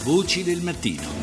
Voci del mattino.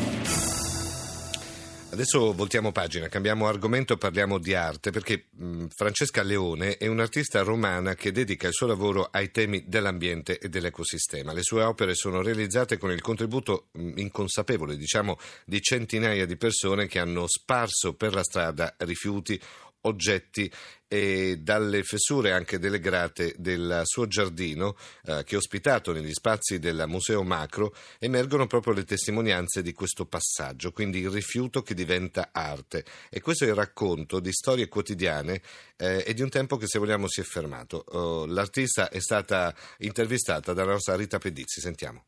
Adesso voltiamo pagina, cambiamo argomento, parliamo di arte, perché Francesca Leone è un'artista romana che dedica il suo lavoro ai temi dell'ambiente e dell'ecosistema. Le sue opere sono realizzate con il contributo inconsapevole, di centinaia di persone che hanno sparso per la strada rifiuti, oggetti, e dalle fessure anche delle grate del suo giardino, che è ospitato negli spazi del Museo Macro, emergono proprio le testimonianze di questo passaggio, quindi il rifiuto che diventa arte. E questo è il racconto di storie quotidiane e di un tempo che, se vogliamo, si è fermato. L'artista è stata intervistata dalla nostra Rita Pedizzi. Sentiamo.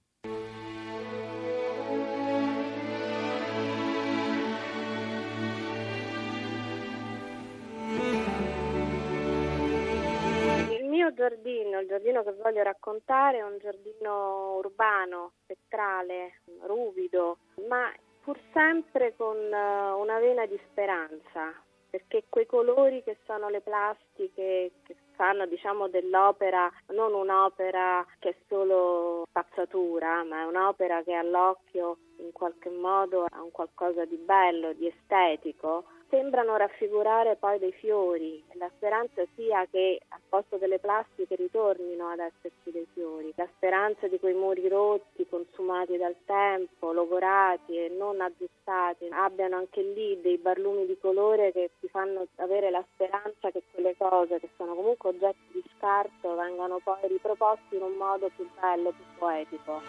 Il giardino che voglio raccontare è un giardino urbano, spettrale, ruvido, ma pur sempre con una vena di speranza, perché quei colori che sono le plastiche, che fanno dell'opera non un'opera che è solo spazzatura, ma è un'opera che all'occhio in qualche modo ha un qualcosa di bello, di estetico, sembrano raffigurare poi dei fiori. La speranza sia che al posto delle plastiche ritornino ad esserci dei fiori. La speranza di quei muri rotti, consumati dal tempo, logorati e non aggiustati, abbiano anche lì dei barlumi di colore che ti fanno avere la speranza che quelle cose, che sono comunque oggetti di scarto, vengano poi riproposti in un modo più bello, più poetico.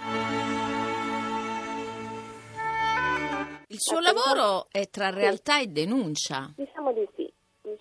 Il suo lavoro è tra realtà e denuncia. Diciamo di sì,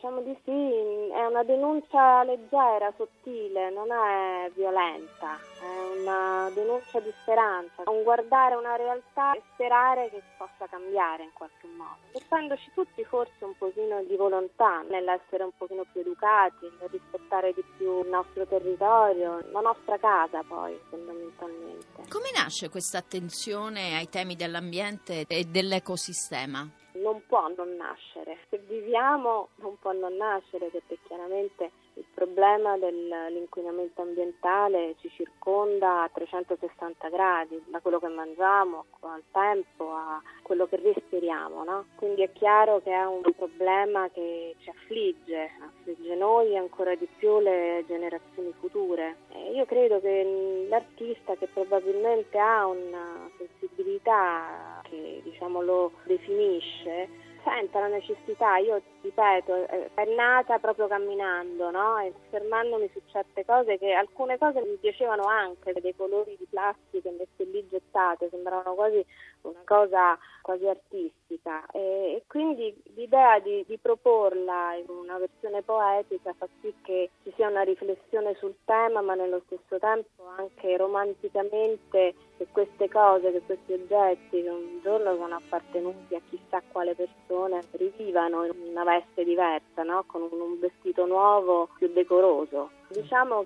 è una denuncia leggera, sottile, non è violenta, è una denuncia di speranza, un guardare una realtà e sperare che possa cambiare in qualche modo, mettendoci tutti forse un pochino di volontà nell'essere un pochino più educati, nel rispettare di più il nostro territorio, la nostra casa poi fondamentalmente. Come nasce questa attenzione ai temi dell'ambiente e dell'ecosistema? Non può non nascere. Se viviamo non può non nascere, perché chiaramente il problema dell'inquinamento ambientale ci circonda a 360 gradi, da quello che mangiamo al tempo a quello che respiriamo, no? Quindi è chiaro che è un problema che ci affligge noi e ancora di più le generazioni future. E io credo che l'artista, che probabilmente ha una sensibilità che lo definisce, senta la necessità, io ripeto, è nata proprio camminando, no? E fermandomi su certe cose, che alcune cose mi piacevano anche, dei colori di plastica messe lì gettate, sembravano quasi una cosa quasi artistica, e quindi l'idea di proporla in una versione poetica fa sì che ci sia una riflessione sul tema, ma nello stesso tempo anche romanticamente che queste cose, che questi oggetti che un giorno sono appartenuti a chissà quale persona rivivano in una veste diversa, no? Con un vestito nuovo, più decoroso. Diciamo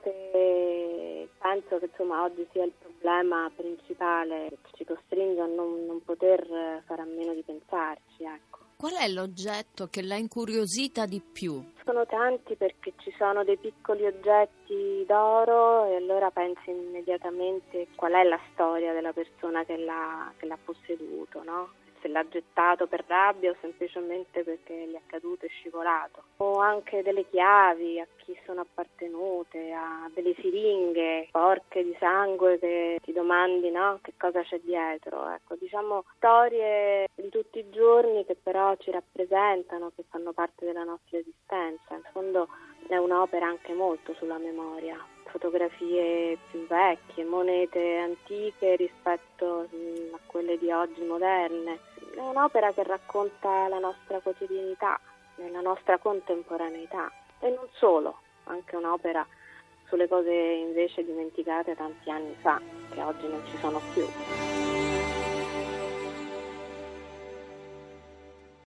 che penso che oggi sia il problema principale che ci costringe a non poter fare a meno di pensarci, ecco. Qual è l'oggetto che l'ha incuriosita di più? Sono tanti, perché ci sono dei piccoli oggetti d'oro e allora pensi immediatamente qual è la storia della persona che l'ha posseduto, no? Se l'ha gettato per rabbia o semplicemente perché gli è caduto e scivolato. O anche delle chiavi, a chi sono appartenute, a delle siringhe sporche di sangue che ti domandi, no, che cosa c'è dietro. Ecco, storie di tutti i giorni che però ci rappresentano, che fanno parte della nostra esistenza. In fondo è un'opera anche molto sulla memoria. Fotografie più vecchie, monete antiche rispetto a quelle di oggi moderne. È un'opera che racconta la nostra quotidianità, la nostra contemporaneità, e non solo, anche un'opera sulle cose invece dimenticate tanti anni fa, che oggi non ci sono più.